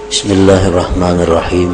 Bismillahirrahmanirrahim.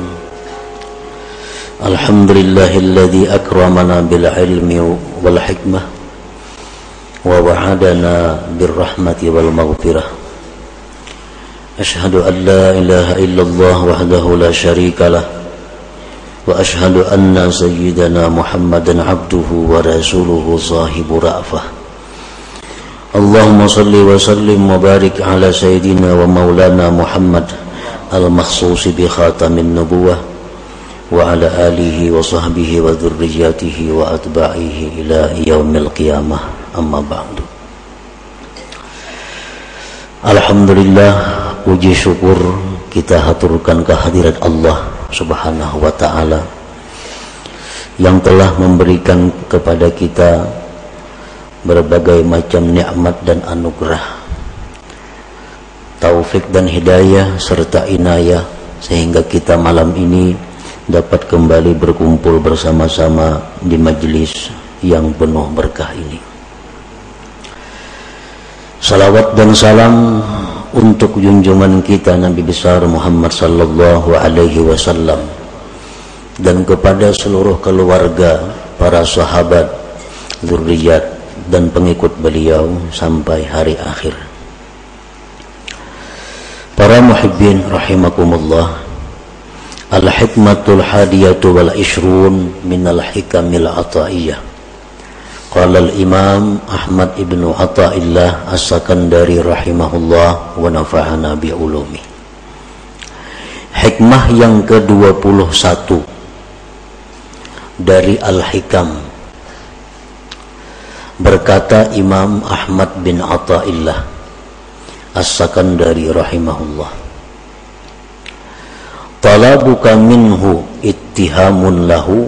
Alhamdulillahilladzi akramana bil ilmi wal hikmah wa wa'adana bir rahmati wal maghfirah. Ashhadu an la ilaha illallah wahdahu la syarika lah wa ashhadu anna sayyidana Muhammadan abduhu wa rasuluhu sahibu ra'fah. Allahumma salli wa sallim wa barik ala sayyidina wa maulana Muhammad al-makhsusi bi khatamin nubuwah wa ala alihi wa sahbihi wa dhurriyyatihi wa atba'ihi ila yaumil qiyamah, amma ba'du. Alhamdulillah, puji syukur kita haturkan kehadirat Allah subhanahu wa ta'ala yang telah memberikan kepada kita berbagai macam nikmat dan anugerah, taufik dan hidayah serta inayah, sehingga kita malam ini dapat kembali berkumpul bersama-sama di majelis yang penuh berkah ini. Salawat dan salam untuk junjungan kita Nabi besar Muhammad sallallahu alaihi wasallam dan kepada seluruh keluarga, para sahabat, zuriat dan pengikut beliau sampai hari akhir. Para muhibbin rahimakumullah, al-hikmatul hadiyatu wal ishrun minal hikamil ataiyah. Qala al-imam Ahmad ibnu Athaillah as-Sakandari rahimahullah wa nafa'ana bi'ulumi. Hikmah yang ke-21 dari al-hikam. Berkata Imam Ahmad bin Athaillah As-Sakandari rahimahullah, talabuka minhu ittihamun lahu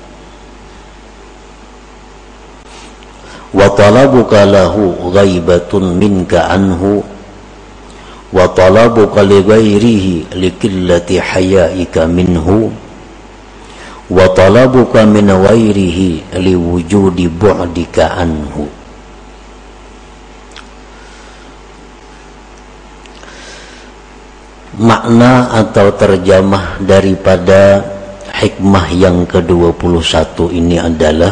wa talabuka lahu ghaibatun minka anhu wa talabuka li ghairihi likillati hayaika minhu wa talabuka min ghairihi liwujudi bu'dika anhu. Makna atau terjemah daripada hikmah yang ke-21 ini adalah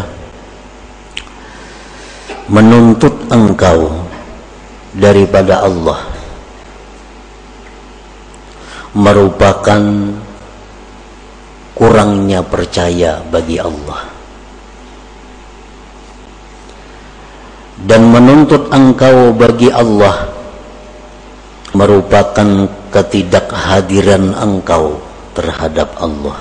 menuntut engkau daripada Allah merupakan kurangnya percaya bagi Allah, dan menuntut engkau bagi Allah merupakan ketidakhadiran engkau terhadap Allah,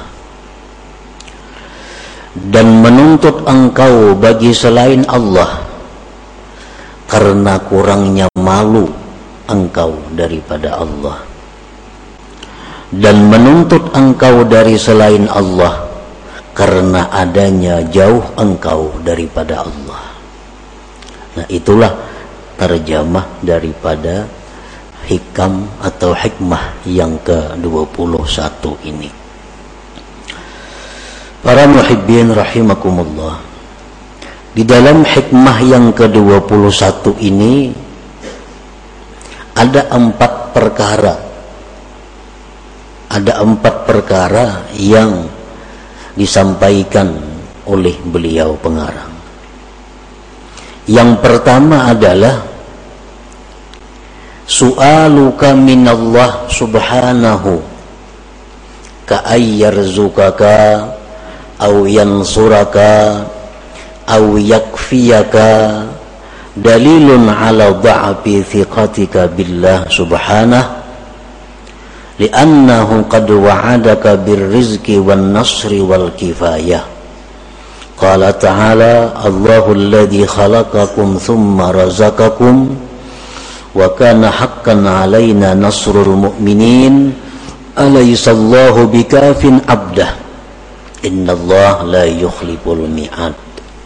dan menuntut engkau bagi selain Allah karena kurangnya malu engkau daripada Allah, dan menuntut engkau dari selain Allah karena adanya jauh engkau daripada Allah. Nah, itulah terjemah daripada hikam atau hikmah yang ke-21 ini. Para muhibbin rahimakumullah, di dalam hikmah yang ke-21 ini ada 4 perkara. Ada 4 perkara yang disampaikan oleh beliau pengarang. Yang pertama adalah su'aluka minallah subhanahu ka'ayyarzukaka aw yansuraka aw yakfiyaka dalilun ala dha'fi thiqatika billah subhanahu li'annahu qad wa'adaka birrizqi wan nasri wal kifayah. Qala ta'ala Allahu alladhi khalaqakum thumma razaqakum wa kana haqqan 'alaina nasrul mu'minin alaysallahu bikafin 'abdah innallaha la yukhliful mi'ad.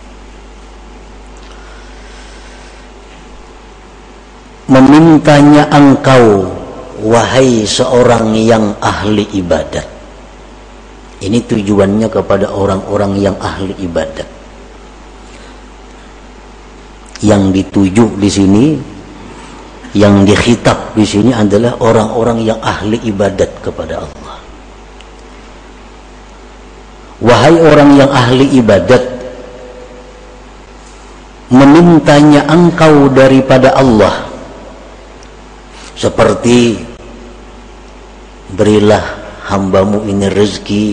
Memintanya engkau wahai seorang yang ahli ibadat. Ini tujuannya kepada orang-orang yang ahli ibadat. Yang dituju di sini Yang dikhitab di sini adalah orang-orang yang ahli ibadat kepada Allah. Wahai orang yang ahli ibadat, memintanya engkau daripada Allah, seperti berilah hambamu ini rezeki,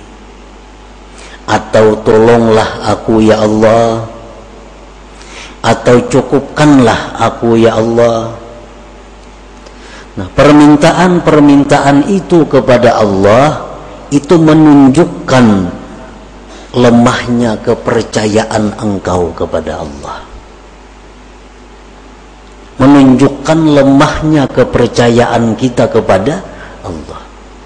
atau tolonglah aku ya Allah, atau cukupkanlah aku ya Allah. Nah, permintaan-permintaan itu kepada Allah itu menunjukkan lemahnya kepercayaan engkau kepada Allah, menunjukkan lemahnya kepercayaan kita kepada Allah.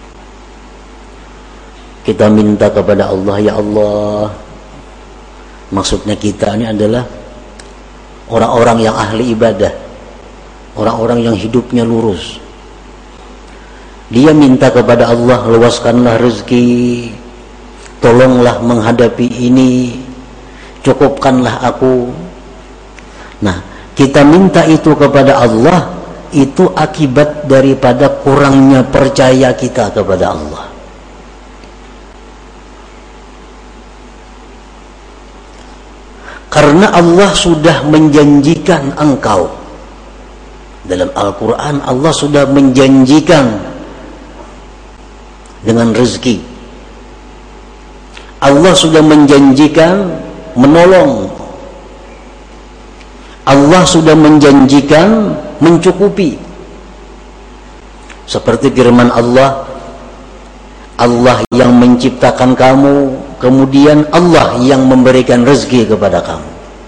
Kita minta kepada Allah, ya Allah, maksudnya kita ini adalah orang-orang yang ahli ibadah, orang-orang yang hidupnya lurus. Dia minta kepada Allah, luaskanlah rezeki, tolonglah menghadapi ini, cukupkanlah aku. Nah, kita minta itu kepada Allah, itu akibat daripada kurangnya percaya kita kepada Allah. Karena Allah sudah menjanjikan engkau. Dalam Al-Quran Allah sudah menjanjikan dengan rezeki. Allah sudah menjanjikan menolong. Allah sudah menjanjikan mencukupi. Seperti firman Allah, Allah yang menciptakan kamu, kemudian Allah yang memberikan rezeki kepada kamu.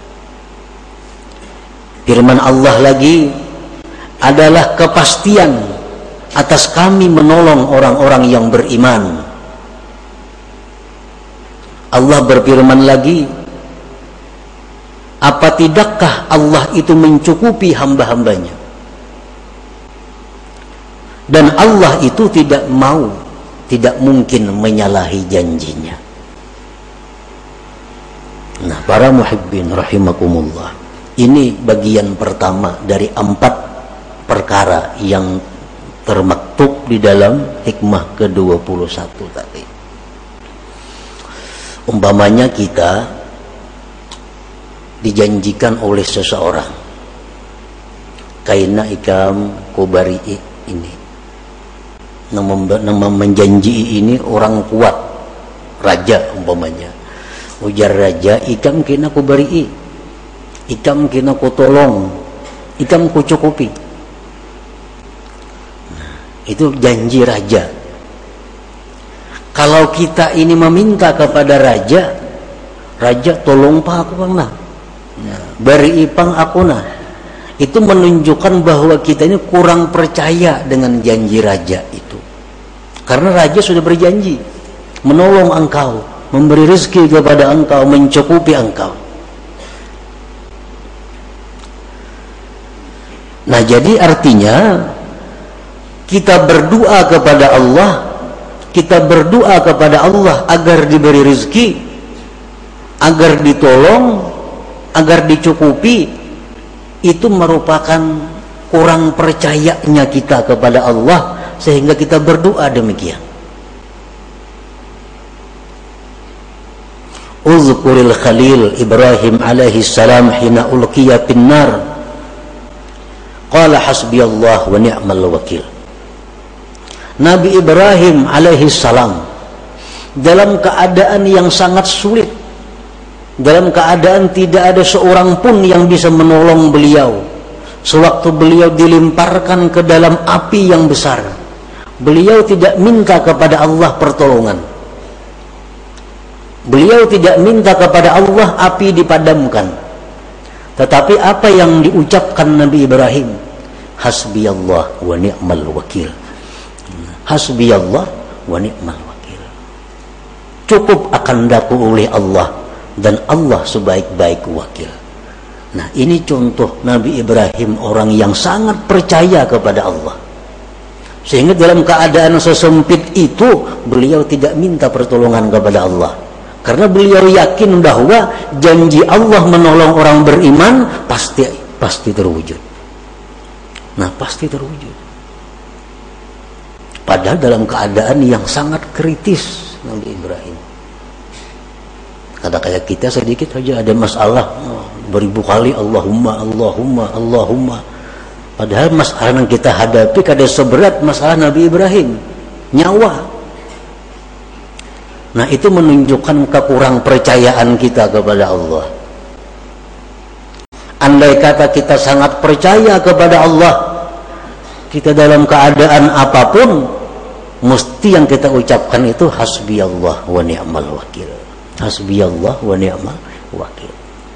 Firman Allah lagi adalah kepastian atas kami menolong orang-orang yang beriman. Allah berfirman lagi, apa tidakkah Allah itu mencukupi hamba-hambanya? Dan Allah itu tidak mungkin menyalahi janjinya. Nah, para muhibbin rahimakumullah, ini bagian pertama dari 4 perkara yang termaktub di dalam hikmah ke-21 tadi. Umpamanya kita dijanjikan oleh seseorang, kaina ikam kubari ini, nama menjanji ini orang kuat, raja umpamanya, ujar raja, ikam kena kubari, ikam kena kutolong, ikam kucukupi. Itu janji raja. Kalau kita ini meminta kepada raja, raja tolong pak aku bang nah, beri ipang aku nah, itu menunjukkan bahwa kita ini kurang percaya dengan janji raja itu. Karena raja sudah berjanji menolong engkau, memberi rezeki kepada engkau, mencukupi engkau. Nah, jadi artinya kita berdoa kepada Allah, kita berdoa kepada Allah agar diberi rezeki, agar ditolong, agar dicukupi, itu merupakan kurang percayanya kita kepada Allah sehingga kita berdoa demikian. Uzkuril Khalil Ibrahim alaihi salam hina ulqiya finnar qala hasbiyallah wa ni'mal wakil. Nabi Ibrahim alaihi salam dalam keadaan yang sangat sulit, dalam keadaan tidak ada seorang pun yang bisa menolong beliau, sewaktu beliau dilemparkan ke dalam api yang besar, beliau tidak minta kepada Allah pertolongan, beliau tidak minta kepada Allah api dipadamkan, tetapi apa yang diucapkan Nabi Ibrahim, hasbiyallah wa ni'mal wakil. Hasbiyallah wa ni'mal wakil. Cukup akan daku oleh Allah dan Allah sebaik-baik wakil. Nah, ini contoh Nabi Ibrahim, orang yang sangat percaya kepada Allah. Sehingga dalam keadaan sesempit itu beliau tidak minta pertolongan kepada Allah. Karena beliau yakin bahwa janji Allah menolong orang beriman pasti terwujud. Nah pasti terwujud. Padahal dalam keadaan yang sangat kritis Nabi Ibrahim. Kata kayak kita sedikit saja ada masalah, beribu kali Allahumma, Allahumma, Allahumma. Padahal masalah yang kita hadapi kada seberat masalah Nabi Ibrahim, nyawa. Nah itu menunjukkan kekurang percayaan kita kepada Allah. Andai kata kita sangat percaya kepada Allah, kita dalam keadaan apapun mesti yang kita ucapkan itu hasbiyallah wa ni'mal wakil. Hasbiyallah wa ni'mal wakil.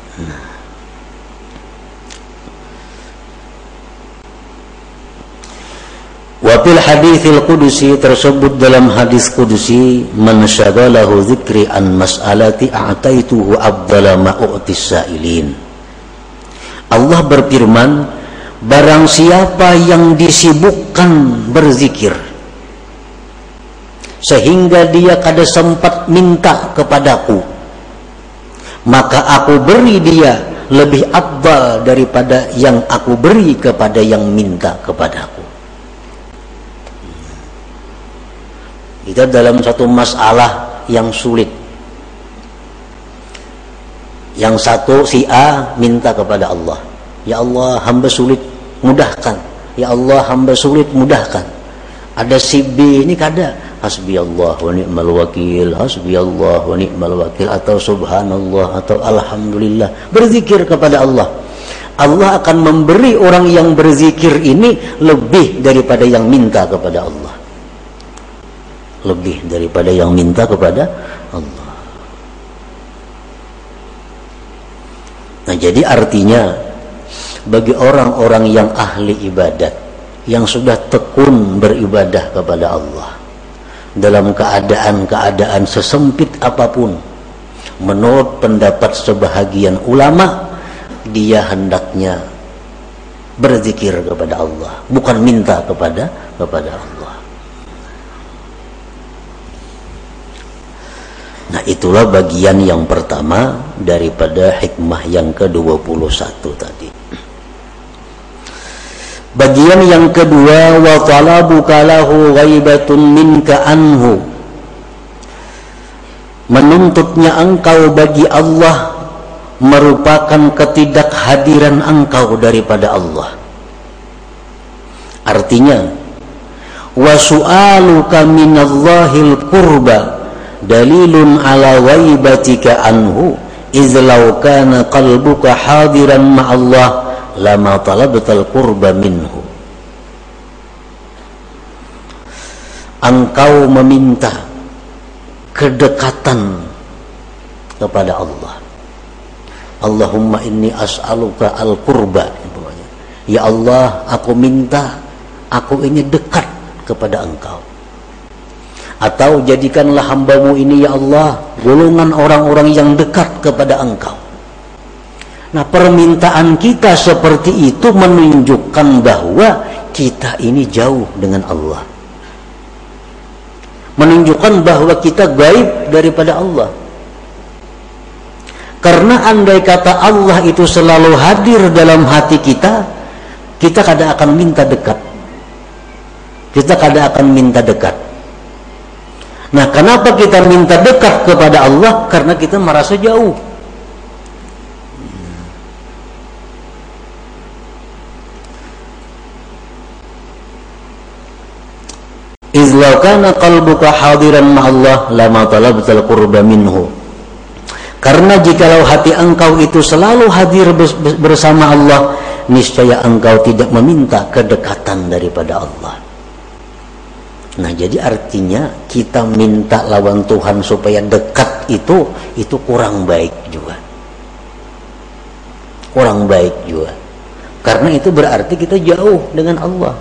Wa fil haditsil qudusi, tersebut dalam hadis qudusi, man syaghalahu dzikri an mas'alati a'taituhu afdala ma u'tis sa'ilin. Allah berfirman, barang siapa yang disibukkan berzikir sehingga dia kada sempat minta kepadaku, maka aku beri dia lebih afdal daripada yang aku beri kepada yang minta kepadaku. Kita dalam satu masalah yang sulit, yang satu si A minta kepada Allah, ya Allah hamba sulit mudahkan, ya Allah hamba sulit mudahkan. Ada si B ini kada, hasbiyallah wa ni'mal wakil, hasbiyallah wa ni'mal wakil, atau subhanallah, atau alhamdulillah, berzikir kepada Allah. Allah akan memberi orang yang berzikir ini lebih daripada yang minta kepada Allah, lebih daripada yang minta kepada Allah. Nah jadi artinya bagi orang-orang yang ahli ibadat, yang sudah tekun beribadah kepada Allah dalam keadaan-keadaan sesempit apapun, menurut pendapat sebahagian ulama, dia hendaknya berzikir kepada Allah, bukan minta kepada Allah. Nah itulah bagian yang pertama daripada hikmah yang ke-21 tadi. Bagian yang kedua, wa talabuka lahu ghaibatun minka anhu, menuntutnya engkau bagi Allah merupakan ketidakhadiran engkau daripada Allah. Artinya, wa su'aluka minallahil qurba dalilun ala ghaibatika anhu, iz law kana qalbuka hadiran ma'allah lama talabtal qurba minhu. Engkau meminta kedekatan kepada Allah. Allahumma inni as'aluka al-qurba, ya Allah aku minta, aku ini dekat kepada engkau. Atau jadikanlah hambamu ini ya Allah golongan orang-orang yang dekat kepada engkau. Nah permintaan kita seperti itu menunjukkan bahwa kita ini jauh dengan Allah, menunjukkan bahwa kita gaib daripada Allah. Karena andai kata Allah itu selalu hadir dalam hati kita, kita kada akan minta dekat, kita kada akan minta dekat. Nah kenapa kita minta dekat kepada Allah? Karena kita merasa jauh. Iz law kana qalbuka hadiran ma'allah lama talabtal qurba minhu. Karena jikalau hati engkau itu selalu hadir bersama Allah, niscaya engkau tidak meminta kedekatan daripada Allah. Nah jadi artinya kita minta lawan Tuhan supaya dekat itu kurang baik juga, kurang baik juga. Karena itu berarti kita jauh dengan Allah.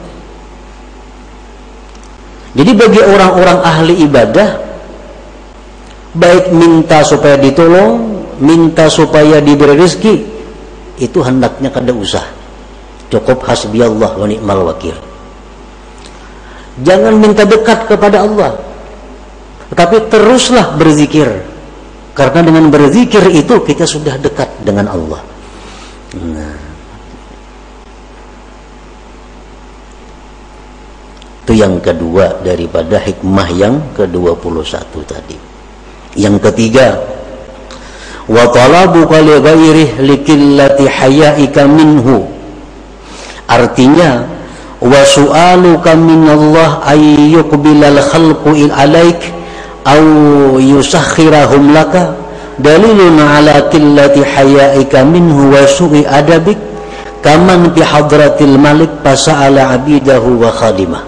Jadi bagi orang-orang ahli ibadah, baik minta supaya ditolong, minta supaya diberi rezeki, itu hendaknya kada usah, cukup hasbiyallah wa ni'mal wakil. Jangan minta dekat kepada Allah, tetapi teruslah berzikir, karena dengan berzikir itu kita sudah dekat dengan Allah. Nah. Itu yang kedua daripada hikmah yang ke-21 tadi. Yang ketiga, wa talabuka li ghairihi likillati hayaika minhu. Artinya, wa su'aluka minallah ay yuqbilal khalqu alaik aw yusakhirahum laka dalilun ala qillati hayaika minhu wa su'i adabik kaman fi hadratil malik fasa'ala abidahu wa khadimah.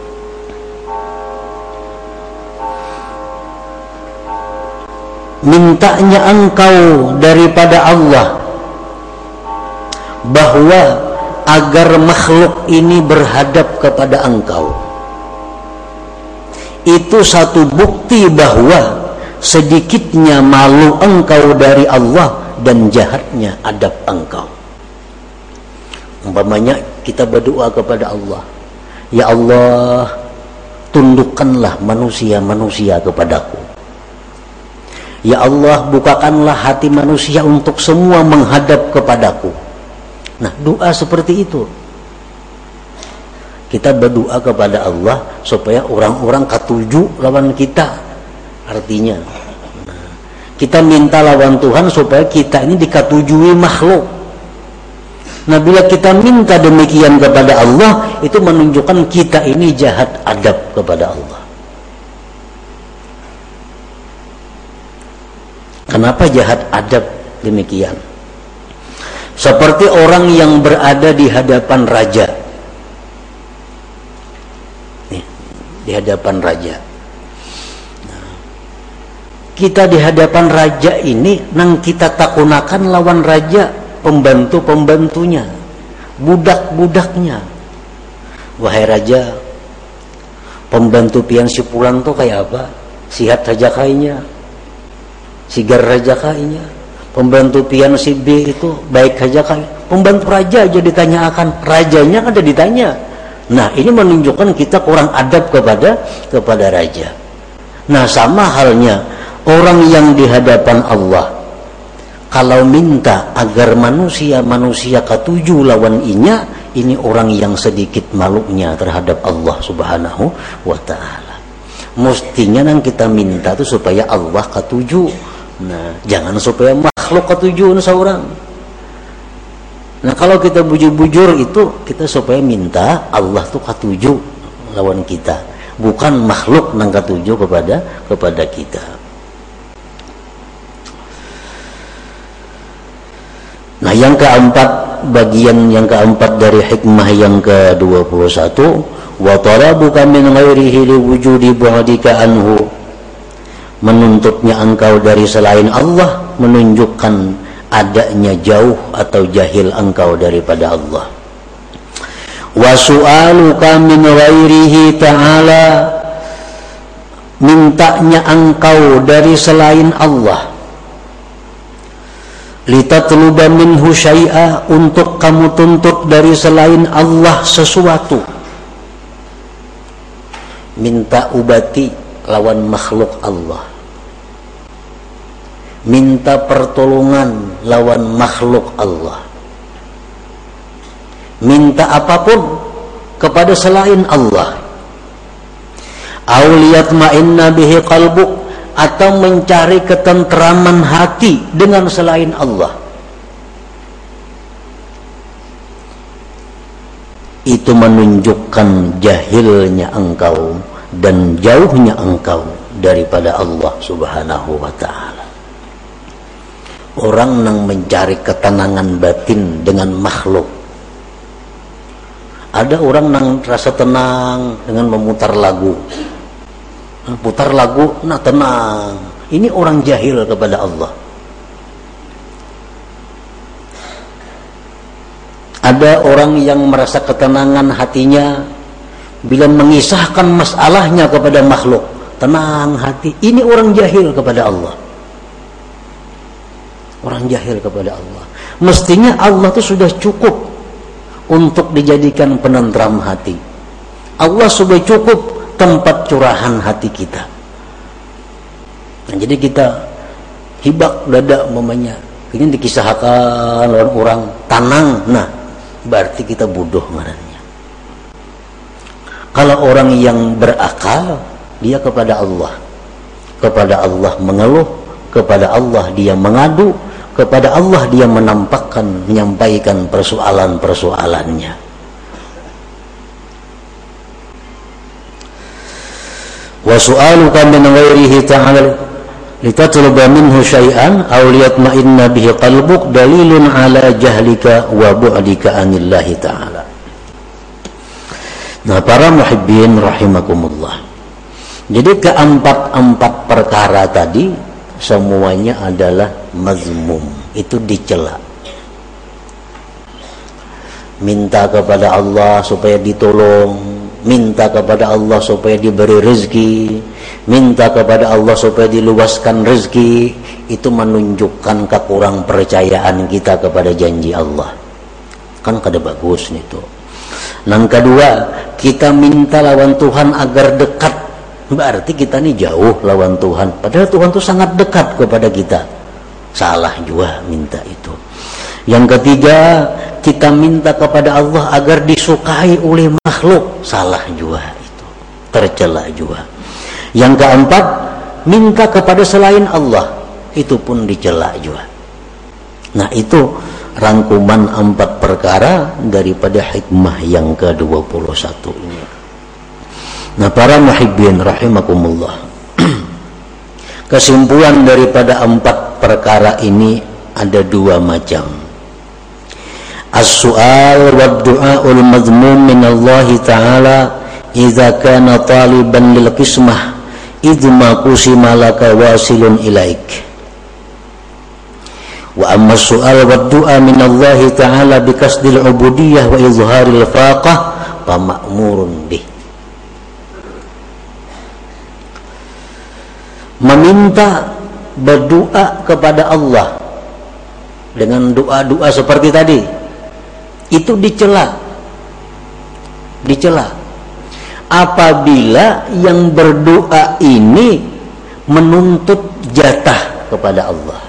Mintanya engkau daripada Allah bahwa agar makhluk ini berhadap kepada engkau, itu satu bukti bahwa sedikitnya malu engkau dari Allah dan jahatnya adab engkau. Umpamanya kita berdoa kepada Allah, ya Allah, tundukkanlah manusia-manusia kepadaku. Ya Allah, bukakanlah hati manusia untuk semua menghadap kepadaku. Nah, doa seperti itu. Kita berdoa kepada Allah supaya orang-orang katuju lawan kita. Artinya, kita minta lawan Tuhan supaya kita ini dikatujui makhluk. Nah, bila kita minta demikian kepada Allah, itu menunjukkan kita ini jahat adab kepada Allah. Kenapa jahat adab demikian? Seperti orang yang berada di hadapan raja. Nih, di hadapan raja. Nah, kita di hadapan raja ini, nang kita takunakan lawan raja, pembantu-pembantunya, budak-budaknya. Wahai raja, pembantu pian si pulang tuh kayak apa? Sihat saja kayaknya, sigar raja kayaknya. Pembantu pian si B itu baik saja kayak. Pembantu raja aja ditanyakan, rajanya kan ada ditanya. Nah, ini menunjukkan kita kurang adab kepada raja. Nah, sama halnya orang yang di hadapan Allah, kalau minta agar manusia katuju lawan inya, ini orang yang sedikit malunya terhadap Allah Subhanahu wa ta'ala. Mestinya yang kita minta itu supaya Allah katuju. Nah, jangan supaya makhluk ketujuan seorang. Nah, kalau kita bujur-bujur itu, kita supaya minta Allah tuh ketuju lawan kita, bukan makhluk nang ketuju kepada kita. Nah, yang keempat, bagian yang keempat dari hikmah yang ke-21, wa talabuka min ghairihi liwujudi bu'dika anhu. Menuntutnya engkau dari selain Allah menunjukkan adanya jauh atau jahil engkau daripada Allah. Wa su'aluka min ghairihi ta'ala, mintanya engkau dari selain Allah, litatluba minhu syai'a, untuk kamu tuntut dari selain Allah sesuatu. Minta ubati lawan makhluk Allah, minta pertolongan lawan makhluk Allah, minta apapun kepada selain Allah. Auliyatma'inna bihi qalbuk, atau mencari ketentraman hati dengan selain Allah. Itu menunjukkan jahilnya engkau dan jauhnya engkau daripada Allah Subhanahu wa ta'ala. Orang yang mencari ketenangan batin dengan makhluk. Ada orang yang rasa tenang dengan memutar lagu. Putar lagu, nah tenang. Ini orang jahil kepada Allah. Ada orang yang merasa ketenangan hatinya bila mengisahkan masalahnya kepada makhluk, tenang hati. Ini orang jahil kepada Allah. Orang jahil kepada Allah. Mestinya Allah itu sudah cukup untuk dijadikan penentram hati. Allah sudah cukup tempat curahan hati kita. Nah, jadi kita hibak dada umpamanya, ini dikisahkan lawan orang tenang, nah berarti kita bodoh marahnya. Kalau orang yang berakal, dia kepada Allah mengeluh, kepada Allah dia mengadu, kepada Allah dia menyampaikan persoalan-persoalannya. Wa su'aluka min ghairihi ta'ala litatluba minhu syai'an aw liyatma'inna bihi qalbuk dalilun ala jahlika wa bu'dika anillahi ta'ala. Nah, para muhibbin rahimakumullah, jadi keempat perkara tadi semuanya adalah mazmum, itu dicela. Minta kepada Allah supaya ditolong, minta kepada Allah supaya diberi rezeki, minta kepada Allah supaya diluaskan rezeki, itu menunjukkan kekurang percayaan kita kepada janji Allah. Kan kada bagus itu. Yang kedua, kita minta lawan Tuhan agar dekat, berarti kita ini jauh lawan Tuhan, padahal Tuhan itu sangat dekat kepada kita. Salah juga minta itu. Yang ketiga, kita minta kepada Allah agar disukai oleh makhluk. Salah juga itu, tercela juga. Yang keempat, minta kepada selain Allah, itu pun dicela juga. Nah, itu rangkuman 4 perkara daripada hikmah yang ke-21 ini. Nah, para muhibbin rahimakumullah, kesimpulan daripada 4 perkara ini ada 2 macam. As-su'al wa du'aul madhmum min Allah Ta'ala idza kana taliban lil qismah idma qusima laka wasilun ilaik. Wa amma as-su'al wa du'a min Allah Ta'ala bi kasdil ubudiyah wa izharil faqah fa ma'murun bih. Meminta, berdoa kepada Allah dengan doa-doa seperti tadi, itu dicela apabila yang berdoa ini menuntut jatah kepada Allah,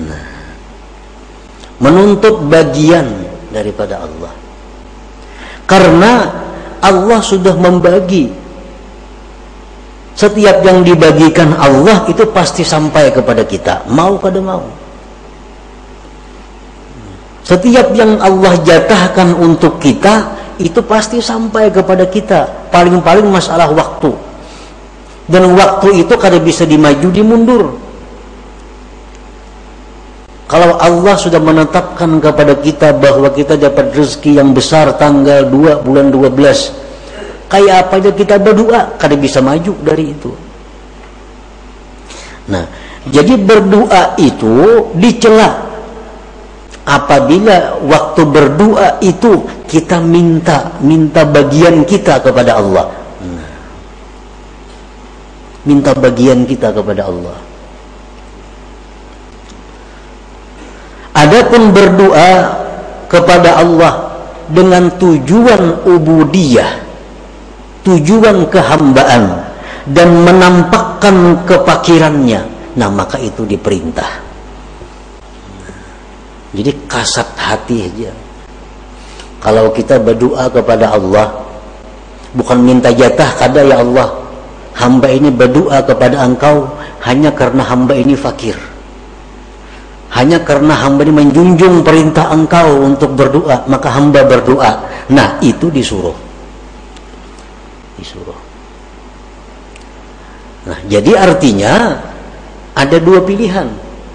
menuntut bagian daripada Allah, karena Allah sudah membagi. Setiap yang dibagikan Allah itu pasti sampai kepada kita, mau kada mau. Setiap yang Allah jatahkan untuk kita itu pasti sampai kepada kita. Paling-paling masalah waktu, dan waktu itu kada bisa dimaju dimundur. Kalau Allah sudah menetapkan kepada kita bahwa kita dapat rezeki yang besar tanggal 2 bulan 12, kayak apa aja kita berdoa, kada bisa maju dari itu. Nah, jadi berdoa itu dicela apabila waktu berdoa itu kita minta bagian kita kepada Allah. Minta bagian kita kepada Allah. Adapun berdoa kepada Allah dengan tujuan ubudiyah, tujuan kehambaan, dan menampakkan kefakirannya, nah maka itu diperintah. Jadi kasat hati aja. Kalau kita berdoa kepada Allah, bukan minta jatah, kada ya Allah, hamba ini berdoa kepada Engkau hanya karena hamba ini fakir, hanya karena hamba ini menjunjung perintah Engkau untuk berdoa, maka hamba berdoa. Nah, itu disuruh. Nah, jadi artinya ada 2 pilihan.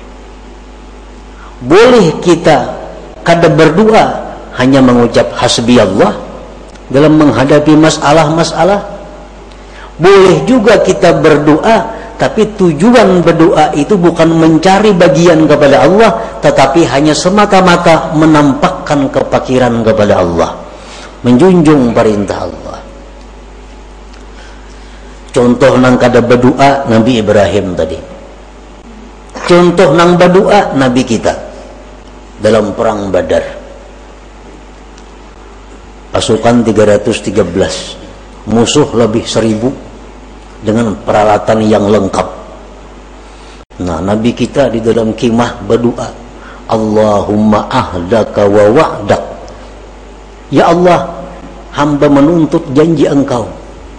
Boleh kita kada berdoa, hanya mengucap hasbi Allah dalam menghadapi masalah-masalah. Boleh juga kita berdoa, tapi tujuan berdoa itu bukan mencari bagian kepada Allah, tetapi hanya semata-mata menampakkan kefakiran kepada Allah, menjunjung perintah Allah. Contoh nang kada berdoa Nabi Ibrahim tadi. Contoh nang berdoa Nabi kita dalam perang Badar. Pasukan 313, musuh lebih 1000 dengan peralatan yang lengkap. Nah, Nabi kita di dalam khimah berdoa, Allahumma ahdaka wa wa'dak. Ya Allah, hamba menuntut janji Engkau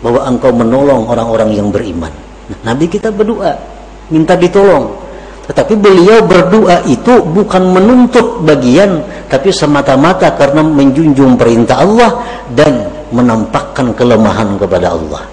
bahwa engkau menolong orang-orang yang beriman. Nah, Nabi kita berdoa minta ditolong, tetapi beliau berdoa itu bukan menuntut bagian, tapi semata-mata karena menjunjung perintah Allah dan menampakkan kelemahan kepada Allah.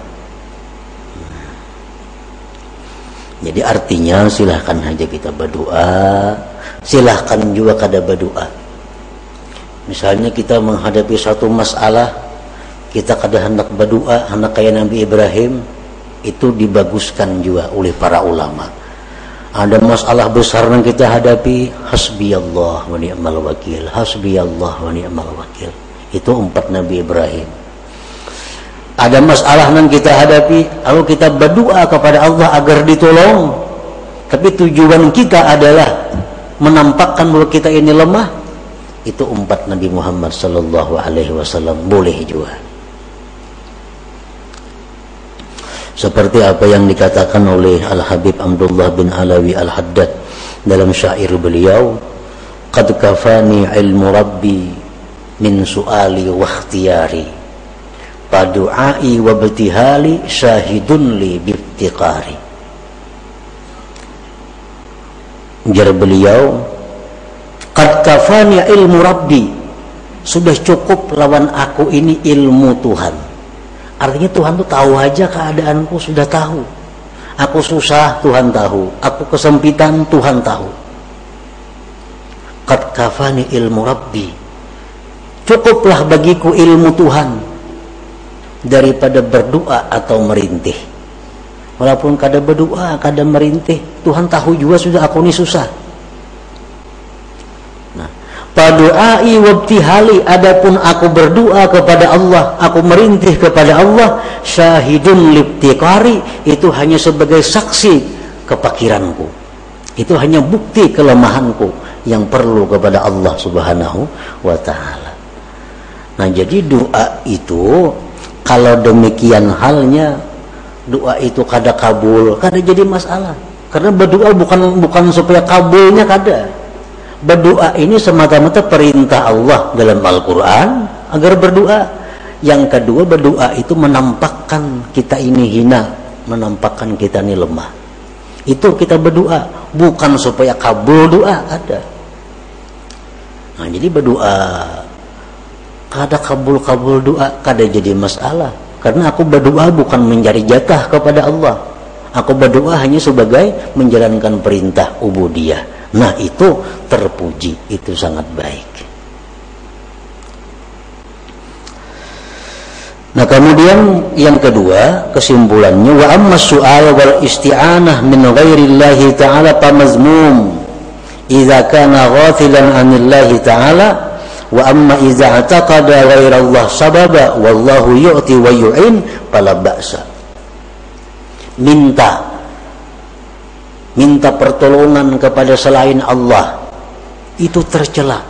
Jadi artinya silahkan saja kita berdoa, silahkan juga kada berdoa. Misalnya kita menghadapi satu masalah, kita kada hendak berdoa, hendak kayak Nabi Ibrahim, itu dibaguskan juga oleh para ulama. Ada masalah besar yang kita hadapi, hasbiyallah wa ni'mal wakil, hasbiyallah wa ni'mal wakil. Itu 4 Nabi Ibrahim. Ada masalah yang kita hadapi, lalu kita berdoa kepada Allah agar ditolong, tapi tujuan kita adalah menampakkan bahwa kita ini lemah. Itu 4 Nabi Muhammad sallallahu alaihi wasallam boleh juga. Seperti apa yang dikatakan oleh Al-Habib Abdullah bin Alawi Al-Haddad dalam syair beliau, qad kafani ilmu rabbi min su'ali wa ikhtiyari, padu'ai wa btihali syahidun li biftiqari. Jar beliau, qad kafani ilmu rabbi, sudah cukup lawan aku ini ilmu Tuhan. Artinya Tuhan tuh tahu aja keadaanku, sudah tahu. Aku susah, Tuhan tahu. Aku kesempitan, Tuhan tahu. Qad kafani ilmu rabbi, cukuplah bagiku ilmu Tuhan daripada berdoa atau merintih. Walaupun kada berdoa, kada merintih, Tuhan tahu juga sudah aku ini susah. Padu'ai wabtihali, adapun aku berdoa kepada Allah, aku merintih kepada Allah, syahidun libtiqari, itu hanya sebagai saksi kepakiranku, itu hanya bukti kelemahanku yang perlu kepada Allah subhanahu wa ta'ala. Nah, jadi doa itu kalau demikian halnya, doa itu kada kabul, kada jadi masalah, karena berdoa bukan supaya kabulnya kada. Berdoa ini semata-mata perintah Allah dalam Al-Quran agar berdoa. Yang kedua, berdoa itu menampakkan kita ini hina, menampakkan kita ini lemah. Itu kita berdoa, bukan supaya kabul doa, ada. Nah, jadi berdoa kada kabul doa, kada jadi masalah. Karena aku berdoa bukan mencari jatah kepada Allah. Aku berdoa hanya sebagai menjalankan perintah ubudiyah. Nah, itu terpuji, itu sangat baik. Nah, kemudian yang kedua, kesimpulannya, wa amma su'al wal isti'anah min ghairillahi ta'ala pamazmum idza kana ghafilan 'anillahi ta'ala, wa amma idza ataqada ghairallah sababa wallahu yu'ti wa yu'in fala ba'sa. Minta pertolongan kepada selain Allah itu tercela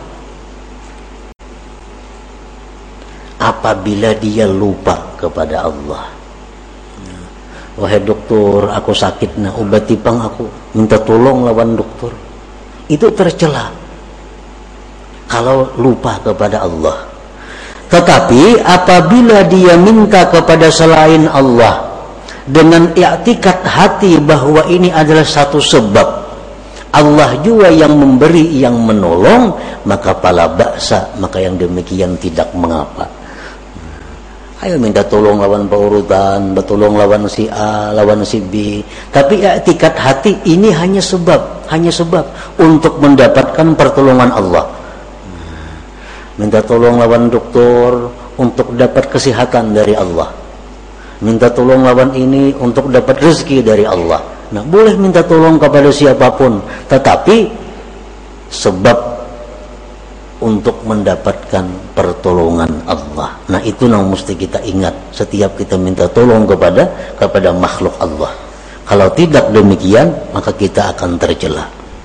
apabila dia lupa kepada Allah. Wahai dokter, aku sakit, nah obati pang aku, minta tolong lawan dokter. Itu tercela kalau lupa kepada Allah. Tetapi apabila dia minta kepada selain Allah dengan i'tikad hati bahwa ini adalah satu sebab, Allah juga yang memberi, yang menolong, maka pala baksa, maka yang demikian tidak mengapa. Ayo minta tolong lawan paurutan, bertolong lawan si A, lawan si B, tapi i'tikad hati ini hanya sebab untuk mendapatkan pertolongan Allah. Minta tolong lawan dokter untuk dapat kesehatan dari Allah. Minta tolong lawan ini untuk dapat rezeki dari Allah. Nah, boleh minta tolong kepada siapapun, tetapi sebab untuk mendapatkan pertolongan Allah. Nah, itu yang mesti kita ingat setiap kita minta tolong kepada makhluk Allah. Kalau tidak demikian, maka kita akan tercela.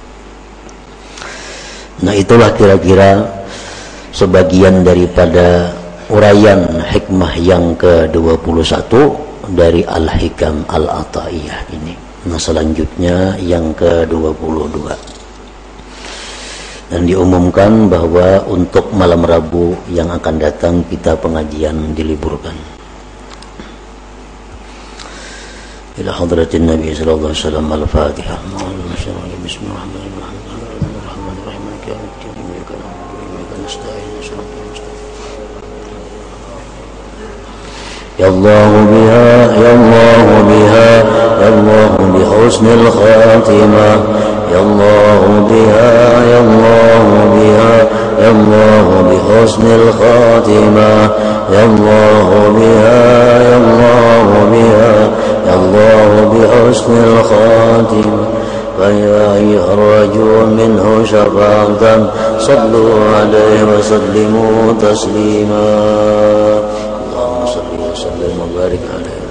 Nah, itulah kira-kira sebagian daripada uraian hikmah yang ke-21 dari Al-Hikam Al-Ata'iyah ini. Nah, selanjutnya yang ke-22. Dan diumumkan bahwa untuk malam Rabu yang akan datang kita pengajian diliburkan. إلى حضرة النبي صلى الله عليه وسلم. الفاتحة. بسم الله الرحمن الرحيم. مالك يوم الدين. إياك نعبد وإياك نستعين. صراط المستقيم. يا الله بها يا الله بها يا الله بحسن الخاتمة. يا الله بها يا الله بها يا الله بحسن الخاتمة. يا الله بها يا الله بها يا الله بحسن الخاتمة. فيا أيها الرجل منه شفاعة صلوا عليه وسلموا تسليما. اللهم صل وسلم وبارك عليه.